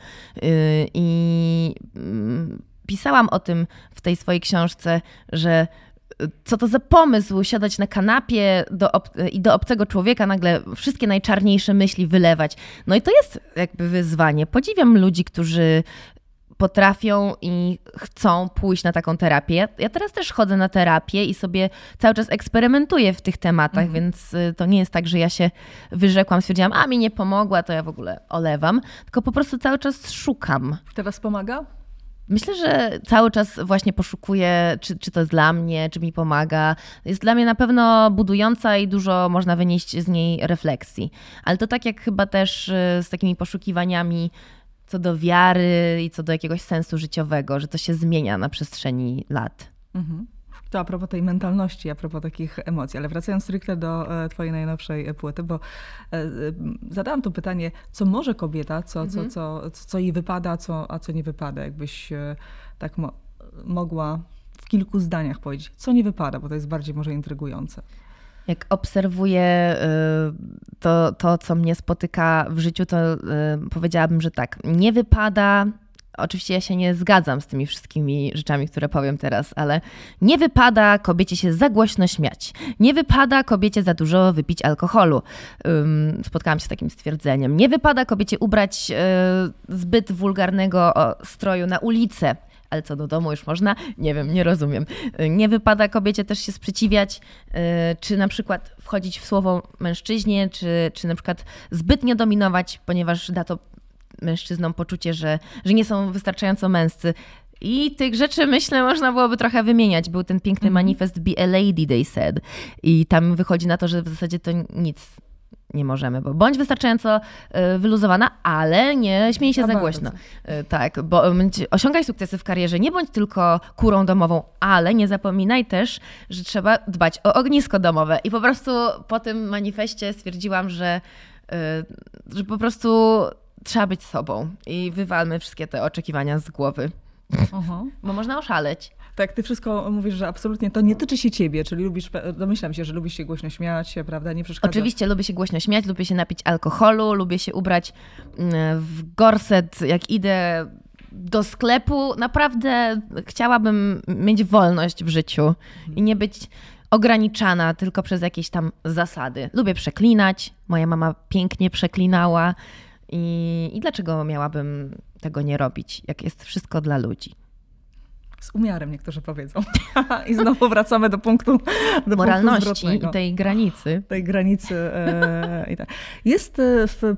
I pisałam o tym w tej swojej książce, że co to za pomysł siadać na kanapie i do obcego człowieka nagle wszystkie najczarniejsze myśli wylewać. No i to jest jakby wyzwanie. Podziwiam ludzi, którzy potrafią i chcą pójść na taką terapię. Ja teraz też chodzę na terapię i sobie cały czas eksperymentuję w tych tematach, więc to nie jest tak, że ja się wyrzekłam, stwierdziłam, a mi nie pomogła, to ja w ogóle olewam, tylko po prostu cały czas szukam. Teraz pomaga? Myślę, że cały czas właśnie poszukuję, czy to jest dla mnie, czy mi pomaga. Jest dla mnie na pewno budująca i dużo można wynieść z niej refleksji. Ale to tak jak chyba też z takimi poszukiwaniami co do wiary i co do jakiegoś sensu życiowego, że to się zmienia na przestrzeni lat. To a propos tej mentalności, a propos takich emocji, ale wracając stricte do twojej najnowszej płyty, bo zadałam to pytanie, co może kobieta, co jej wypada, a co nie wypada, jakbyś tak mogła w kilku zdaniach powiedzieć, co nie wypada, bo to jest bardziej może intrygujące. Jak obserwuję to, co mnie spotyka w życiu, to powiedziałabym, że tak, nie wypada. Oczywiście ja się nie zgadzam z tymi wszystkimi rzeczami, które powiem teraz, ale nie wypada kobiecie się za głośno śmiać. Nie wypada kobiecie za dużo wypić alkoholu. Spotkałam się z takim stwierdzeniem. Nie wypada kobiecie ubrać zbyt wulgarnego stroju na ulicę. Ale co, do domu już można? Nie wiem, nie rozumiem. Nie wypada kobiecie też się sprzeciwiać, czy na przykład wchodzić w słowo mężczyźnie, czy na przykład zbytnio dominować, ponieważ da to mężczyznom poczucie, że nie są wystarczająco męscy. I tych rzeczy, myślę, można byłoby trochę wymieniać. Był ten piękny manifest Be a Lady, they said. I tam wychodzi na to, że w zasadzie to nic nie możemy, bo bądź wystarczająco wyluzowana, ale nie śmiej się za głośno. Tak, bo osiągaj sukcesy w karierze, nie bądź tylko kurą domową, ale nie zapominaj też, że trzeba dbać o ognisko domowe. I po prostu po tym manifestie stwierdziłam, że po prostu trzeba być sobą i wywalmy wszystkie te oczekiwania z głowy. Bo można oszaleć. Tak, ty wszystko mówisz, że absolutnie to nie tyczy się ciebie, czyli lubisz, domyślam się, że lubisz się głośno śmiać, prawda, nie przeszkadza. Oczywiście lubię się głośno śmiać, lubię się napić alkoholu, lubię się ubrać w gorset, jak idę do sklepu. Naprawdę chciałabym mieć wolność w życiu i nie być ograniczana tylko przez jakieś tam zasady. Lubię przeklinać, moja mama pięknie przeklinała i dlaczego miałabym tego nie robić, jak jest wszystko dla ludzi. Z umiarem niektórzy powiedzą. I znowu wracamy do punktu moralności i tej granicy. Tej granicy. I tak. Jest w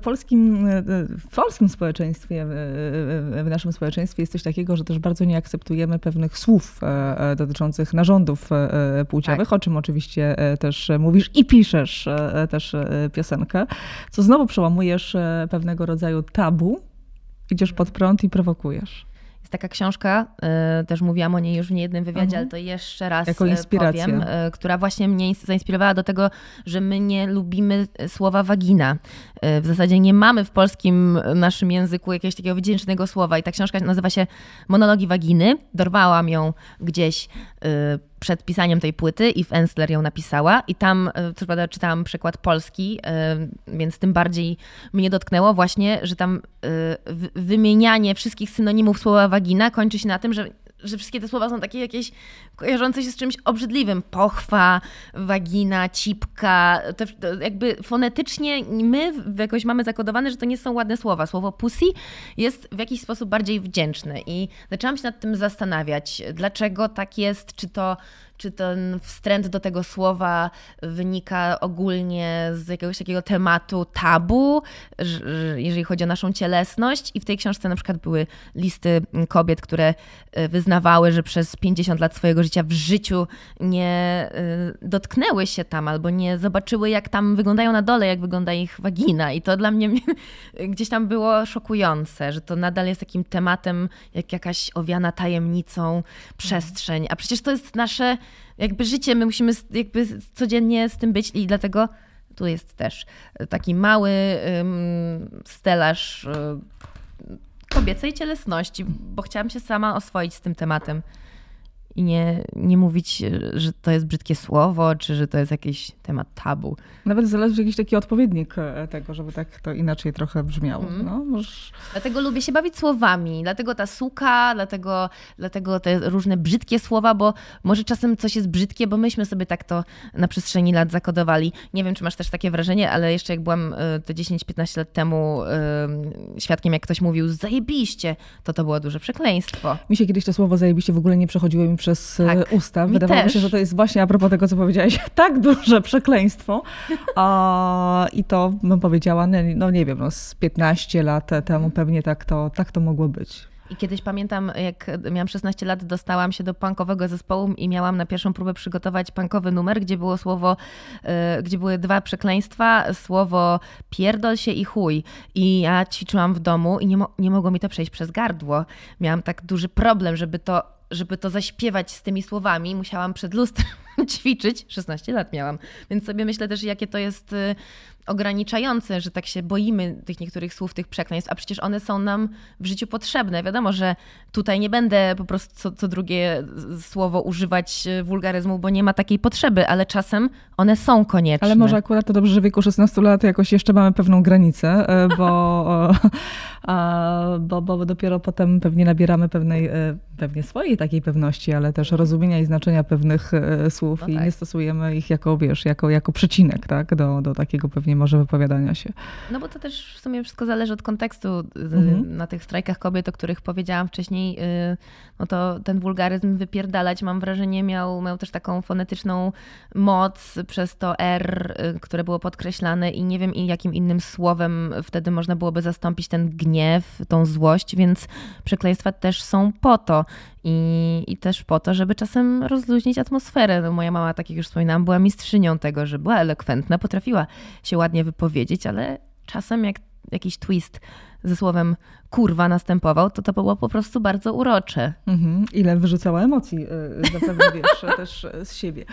polskim społeczeństwie, w naszym społeczeństwie jest coś takiego, że też bardzo nie akceptujemy pewnych słów dotyczących narządów płciowych, tak. O czym oczywiście też mówisz i piszesz też piosenkę, co znowu przełamujesz pewnego rodzaju tabu, idziesz pod prąd i prowokujesz. Jest taka książka, też mówiłam o niej już w niejednym wywiadzie, ale to jeszcze raz jako inspiracja. Powiem, która właśnie mnie zainspirowała do tego, że my nie lubimy słowa wagina. W zasadzie nie mamy w polskim naszym języku jakiegoś takiego wdzięcznego słowa i ta książka nazywa się Monologi waginy. Dorwałam ją gdzieś przed pisaniem tej płyty i Ensler ją napisała i tam, co prawda, czytałam przekład polski, więc tym bardziej mnie dotknęło właśnie, że tam wymienianie wszystkich synonimów słowa wagina kończy się na tym, że wszystkie te słowa są takie jakieś kojarzące się z czymś obrzydliwym. Pochwa, wagina, cipka. To jakby fonetycznie my jakoś mamy zakodowane, że to nie są ładne słowa. Słowo pussy jest w jakiś sposób bardziej wdzięczne i zaczęłam się nad tym zastanawiać, dlaczego tak jest, czy ten wstręt do tego słowa wynika ogólnie z jakiegoś takiego tematu tabu, jeżeli chodzi o naszą cielesność. I w tej książce na przykład były listy kobiet, które wyznawały, że przez 50 lat swojego życia w życiu nie dotknęły się tam albo nie zobaczyły, jak tam wyglądają na dole, jak wygląda ich wagina. I to dla mnie gdzieś tam było szokujące, że to nadal jest takim tematem, jak jakaś owiana tajemnicą przestrzeń. A przecież to jest nasze jakby życie, my musimy jakby codziennie z tym być i dlatego tu jest też taki mały stelaż kobiecej cielesności, bo chciałam się sama oswoić z tym tematem. I nie mówić, że to jest brzydkie słowo, czy że to jest jakiś temat tabu. Nawet znaleźć jakiś taki odpowiednik tego, żeby tak to inaczej trochę brzmiało. No, Dlatego lubię się bawić słowami, dlatego ta suka, dlatego te różne brzydkie słowa, bo może czasem coś jest brzydkie, bo myśmy sobie tak to na przestrzeni lat zakodowali. Nie wiem, czy masz też takie wrażenie, ale jeszcze jak byłam te 10-15 lat temu świadkiem, jak ktoś mówił zajebiście, to było duże przekleństwo. Mi się kiedyś to słowo zajebiście w ogóle nie przechodziło mi przez usta. Wydawało mi się, że to jest właśnie a propos tego, co powiedziałaś, tak duże przekleństwo. I to bym powiedziała, no nie wiem, z 15 lat temu pewnie tak to mogło być. I kiedyś pamiętam, jak miałam 16 lat, dostałam się do punkowego zespołu i miałam na pierwszą próbę przygotować punkowy numer, gdzie było gdzie były 2 przekleństwa, słowo pierdol się i chuj. I ja ćwiczyłam w domu i nie mogło mi to przejść przez gardło. Miałam tak duży problem, żeby to zaśpiewać z tymi słowami. Musiałam przed lustrem ćwiczyć. 16 lat miałam. Więc sobie myślę też, jakie to jest ograniczające, że tak się boimy tych niektórych słów, tych przekleństw, a przecież one są nam w życiu potrzebne. Wiadomo, że tutaj nie będę po prostu co drugie słowo używać wulgaryzmu, bo nie ma takiej potrzeby, ale czasem one są konieczne. Ale może akurat to dobrze, że w wieku 16 lat jakoś jeszcze mamy pewną granicę, bo dopiero potem pewnie nabieramy pewnie swojej takiej pewności, ale też rozumienia i znaczenia pewnych słów i nie stosujemy ich jako przecinek, tak, do takiego pewnie może wypowiadania się. No bo to też w sumie wszystko zależy od kontekstu. Na tych strajkach kobiet, o których powiedziałam wcześniej, no to ten wulgaryzm wypierdalać, mam wrażenie, miał też taką fonetyczną moc przez to R, które było podkreślane i nie wiem jakim innym słowem wtedy można byłoby zastąpić ten gniew, tą złość, więc przekleństwa też są po to. I też po to, żeby czasem rozluźnić atmosferę. No, moja mama, tak jak już wspominałam, była mistrzynią tego, że była elokwentna, potrafiła się ładnie wypowiedzieć, ale czasem jak jakiś twist ze słowem kurwa następował, to było po prostu bardzo urocze. Ile wyrzucała emocji, zapewne wiesz, też z siebie.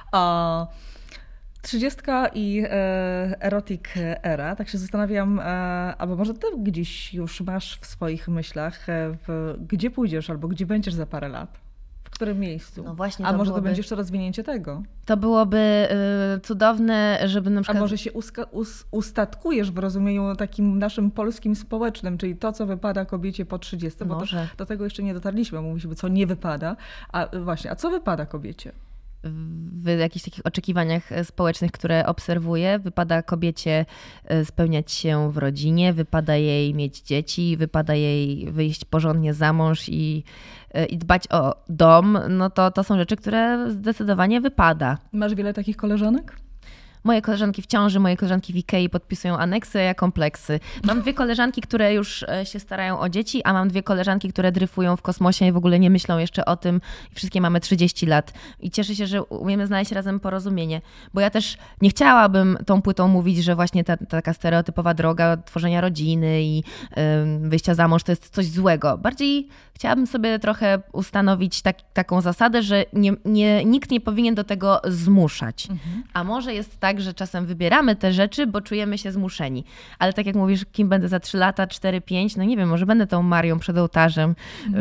30 i erotic era, tak się zastanawiam, albo może ty gdzieś już masz w swoich myślach, gdzie pójdziesz albo gdzie będziesz za parę lat? W którym miejscu? No właśnie, a może to będzie jeszcze rozwinięcie tego? To byłoby cudowne, żeby na przykład... A może się ustatkujesz w rozumieniu takim naszym polskim społecznym, czyli to, co wypada kobiecie po 30, bo do tego jeszcze nie dotarliśmy, mówiliśmy, co nie wypada, a co wypada kobiecie? W jakichś takich oczekiwaniach społecznych, które obserwuję, wypada kobiecie spełniać się w rodzinie, wypada jej mieć dzieci, wypada jej wyjść porządnie za mąż i dbać o dom, no to są rzeczy, które zdecydowanie wypada. Masz wiele takich koleżanek? Moje koleżanki w ciąży, moje koleżanki w Ikei podpisują aneksy, a ja kompleksy. Mam 2 koleżanki, które już się starają o dzieci, a mam 2 koleżanki, które dryfują w kosmosie i w ogóle nie myślą jeszcze o tym. I wszystkie mamy 30 lat. I cieszę się, że umiemy znaleźć razem porozumienie. Bo ja też nie chciałabym tą płytą mówić, że właśnie ta taka stereotypowa droga tworzenia rodziny i wyjścia za mąż to jest coś złego. Bardziej chciałabym sobie trochę ustanowić taką zasadę, że nikt nie powinien do tego zmuszać. A może jest tak, że czasem wybieramy te rzeczy, bo czujemy się zmuszeni. Ale tak jak mówisz, kim będę za 3 lata, 4, 5, no nie wiem, może będę tą Marią przed ołtarzem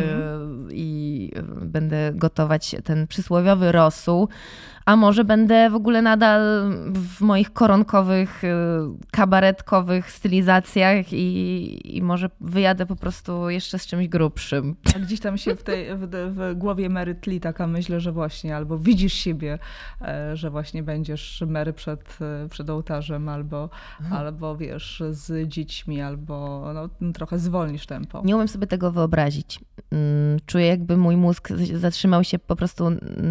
i będę gotować ten przysłowiowy rosół, a może będę w ogóle nadal w moich koronkowych, kabaretkowych stylizacjach i może wyjadę po prostu jeszcze z czymś grubszym. A gdzieś tam się w głowie Mary tli taka myśl, że właśnie albo widzisz siebie, że właśnie będziesz Mary przed ołtarzem, albo wiesz, z dziećmi, albo trochę zwolnisz tempo. Nie umiem sobie tego wyobrazić. Czuję, jakby mój mózg zatrzymał się po prostu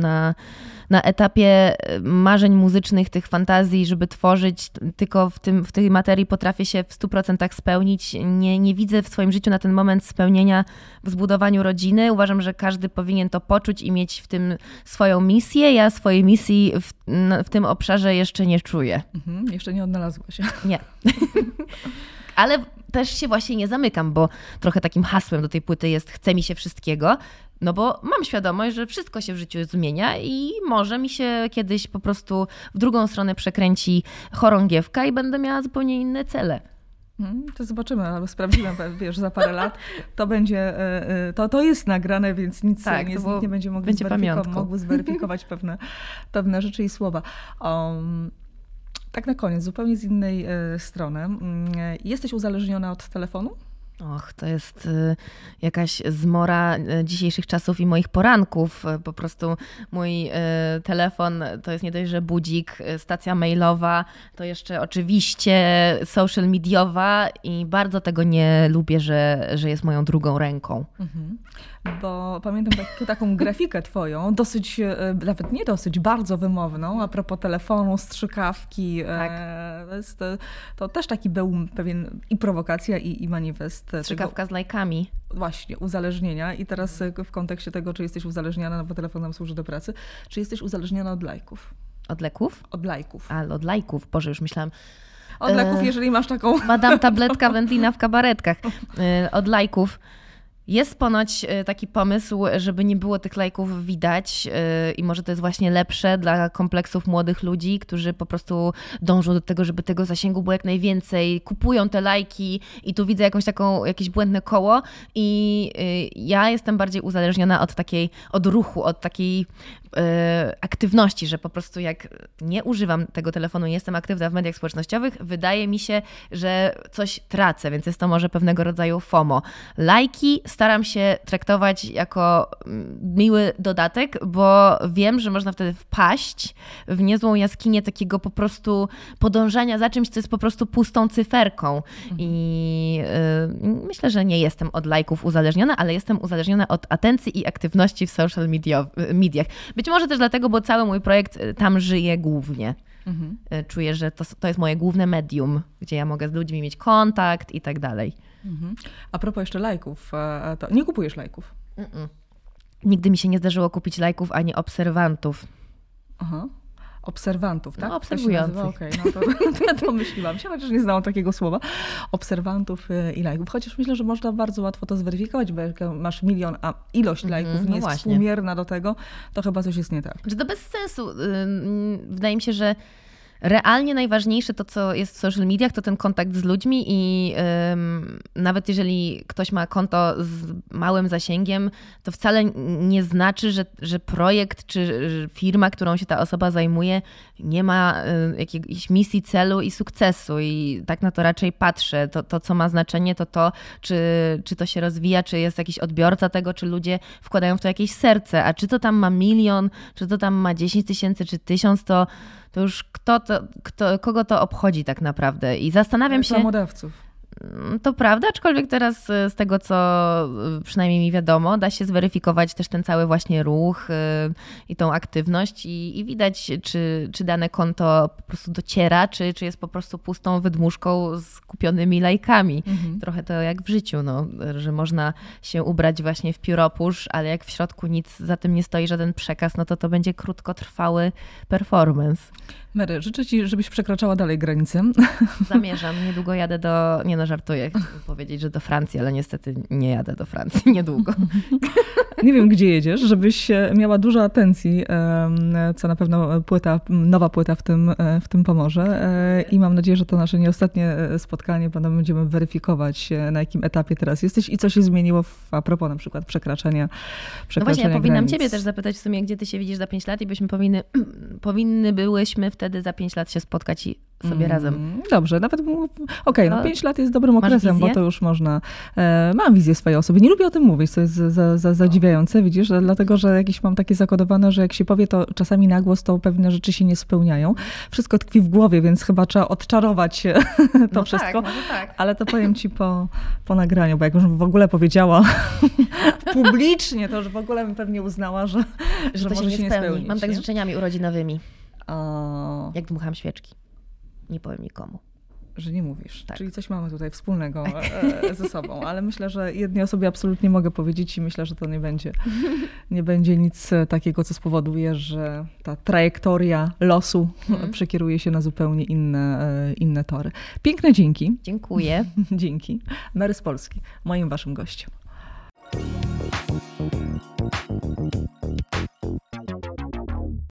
na etapie marzeń muzycznych, tych fantazji, żeby tworzyć, tylko w tej materii potrafię się w 100% spełnić. Nie widzę w swoim życiu na ten moment spełnienia w zbudowaniu rodziny. Uważam, że każdy powinien to poczuć i mieć w tym swoją misję. Ja swojej misji w tym obszarze jeszcze nie czuję. Jeszcze nie odnalazłaś. Nie. Ale też się właśnie nie zamykam, bo trochę takim hasłem do tej płyty jest chce mi się wszystkiego, no bo mam świadomość, że wszystko się w życiu zmienia i może mi się kiedyś po prostu w drugą stronę przekręci chorągiewka i będę miała zupełnie inne cele. To zobaczymy, albo sprawdzimy, wiesz, za parę lat. To będzie, to jest nagrane, więc nic nie będzie mogło zweryfikować pewne rzeczy i słowa. Tak na koniec, zupełnie z innej strony. Jesteś uzależniona od telefonu? Och, to jest jakaś zmora dzisiejszych czasów i moich poranków. Po prostu mój telefon to jest nie dość, że budzik, stacja mailowa, to jeszcze oczywiście social mediowa i bardzo tego nie lubię, że jest moją drugą ręką. Bo pamiętam taką grafikę twoją, nawet nie dosyć, bardzo wymowną, a propos telefonu, strzykawki. Tak. To też taki był pewien i prowokacja, i manifest. Strzykawka z lajkami. Właśnie, uzależnienia. I teraz w kontekście tego, czy jesteś uzależniona, no bo telefon nam służy do pracy, czy jesteś uzależniona od lajków? Od leków? Od lajków. Od lajków. Boże, już myślałam. Od lajków, jeżeli masz taką... Madame tabletka wędlina w kabaretkach. Od lajków. Jest ponoć taki pomysł, żeby nie było tych lajków widać i może to jest właśnie lepsze dla kompleksów młodych ludzi, którzy po prostu dążą do tego, żeby tego zasięgu było jak najwięcej, kupują te lajki i tu widzę jakieś błędne koło i ja jestem bardziej uzależniona od ruchu, od takiej aktywności, że po prostu jak nie używam tego telefonu, nie jestem aktywna w mediach społecznościowych, wydaje mi się, że coś tracę, więc jest to może pewnego rodzaju FOMO. Lajki staram się traktować jako miły dodatek, bo wiem, że można wtedy wpaść w niezłą jaskinię takiego po prostu podążania za czymś, co jest po prostu pustą cyferką. I myślę, że nie jestem od lajków uzależniona, ale jestem uzależniona od atencji i aktywności w social mediach. Być może też dlatego, bo cały mój projekt tam żyje głównie. Czuję, że to jest moje główne medium, gdzie ja mogę z ludźmi mieć kontakt i tak dalej. A propos jeszcze lajków, to nie kupujesz lajków? Nigdy mi się nie zdarzyło kupić lajków ani obserwantów. Aha. Obserwantów, tak? No, obserwujących. Okej, to myśliłam się, chociaż nie znałam takiego słowa. Obserwantów i lajków. Chociaż myślę, że można bardzo łatwo to zweryfikować, bo jak masz 1 milion, a ilość lajków nie jest współmierna do tego, to chyba coś jest nie tak. Że to bez sensu. Wydaje mi się, że realnie najważniejsze to, co jest w social mediach, to ten kontakt z ludźmi i nawet jeżeli ktoś ma konto z małym zasięgiem, to wcale nie znaczy, że projekt czy firma, którą się ta osoba zajmuje, nie ma jakiejś misji, celu i sukcesu. I tak na to raczej patrzę. To co ma znaczenie, to czy to się rozwija, czy jest jakiś odbiorca tego, czy ludzie wkładają w to jakieś serce. A czy to tam ma 1 milion, czy to tam ma 10 000, czy 1000, to już kogo to obchodzi tak naprawdę. I zastanawiam się... Reklamodawców. To prawda, aczkolwiek teraz z tego, co przynajmniej mi wiadomo, da się zweryfikować też ten cały właśnie ruch i tą aktywność i widać, czy dane konto po prostu dociera, czy jest po prostu pustą wydmuszką z kupionymi lajkami. Trochę to jak w życiu, że można się ubrać właśnie w pióropusz, ale jak w środku nic za tym nie stoi, żaden przekaz, to będzie krótkotrwały performance. Mary, życzę ci, żebyś przekraczała dalej granicę. Zamierzam. Niedługo jadę żartuję. Chciałam powiedzieć, że do Francji, ale niestety nie jadę do Francji niedługo. Nie wiem, gdzie jedziesz, żebyś miała dużo atencji, co na pewno nowa płyta w tym pomoże. I mam nadzieję, że to nasze nie ostatnie spotkanie, będziemy weryfikować, na jakim etapie teraz jesteś i co się zmieniło a propos na przykład przekraczania No właśnie, ja powinnam granic. ciebie też zapytać w sumie, gdzie ty się widzisz za 5 lat i byłyśmy wtedy za 5 lat się spotkać i sobie razem. Dobrze, nawet 5 lat jest dobrym okresem, bo to już można... Mam wizję swojej osoby. Nie lubię o tym mówić, co jest zadziwiające, widzisz, dlatego, że jakieś mam takie zakodowane, że jak się powie, to czasami na głos to pewne rzeczy się nie spełniają. Wszystko tkwi w głowie, więc chyba trzeba odczarować to wszystko. Tak. Ale to powiem ci po nagraniu, bo jak już w ogóle powiedziała publicznie, to już w ogóle bym pewnie uznała, że to może się nie spełnić. Mam tak z życzeniami urodzinowymi. Jak dmucham świeczki. Nie powiem nikomu. Że nie mówisz. Tak. Czyli coś mamy tutaj wspólnego ze sobą. Ale myślę, że jednej osobie absolutnie mogę powiedzieć i myślę, że to nie będzie nic takiego, co spowoduje, że ta trajektoria losu przekieruje się na zupełnie inne tory. Piękne dzięki. Dziękuję. Dzięki. Mary z Polski, moim waszym gościem.